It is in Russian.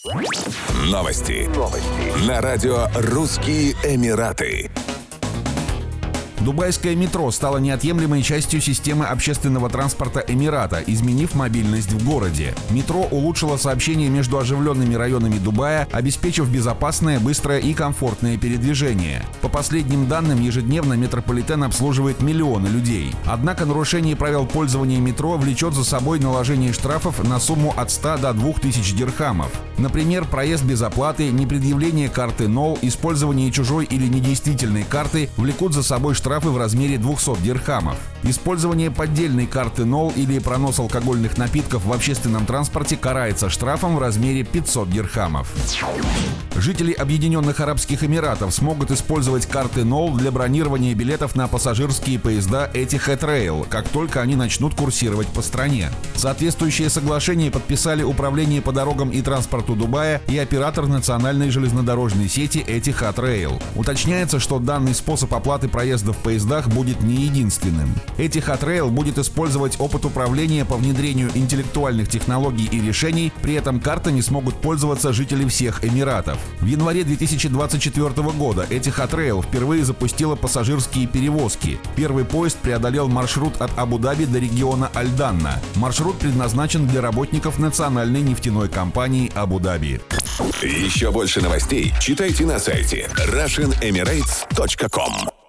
Новости. На радио «Русские Эмираты». Дубайское метро стало неотъемлемой частью системы общественного транспорта Эмирата, изменив мобильность в городе. Метро улучшило сообщение между оживленными районами Дубая, обеспечив безопасное, быстрое и комфортное передвижение. По последним данным, ежедневно метрополитен обслуживает миллионы людей. Однако нарушение правил пользования метро влечет за собой наложение штрафов на сумму от 100 до 2000 дирхамов. Например, проезд без оплаты, непредъявление карты НОЛ, использование чужой или недействительной карты влекут за собой штрафы в размере 200 дирхамов. Использование поддельной карты НОЛ или пронос алкогольных напитков в общественном транспорте карается штрафом в размере 500 дирхамов. Жители Объединенных Арабских Эмиратов смогут использовать карты НОЛ для бронирования билетов на пассажирские поезда Etihad Rail, как только они начнут курсировать по стране. Соответствующее соглашение подписали Управление по дорогам и транспорту Дубая и оператор национальной железнодорожной сети Etihad Rail. Уточняется, что данный способ оплаты проезда в поездах будет не единственным. Etihad Rail будет использовать опыт управления по внедрению интеллектуальных технологий и решений, при этом картами смогут пользоваться жители всех Эмиратов. В январе 2024 года Etihad Rail впервые запустила пассажирские перевозки. Первый поезд преодолел маршрут от Абу-Даби до региона Аль-Данна. Маршрут предназначен для работников национальной нефтяной компании Абу-Даби. Еще больше новостей читайте на сайте RussianEmirates.com.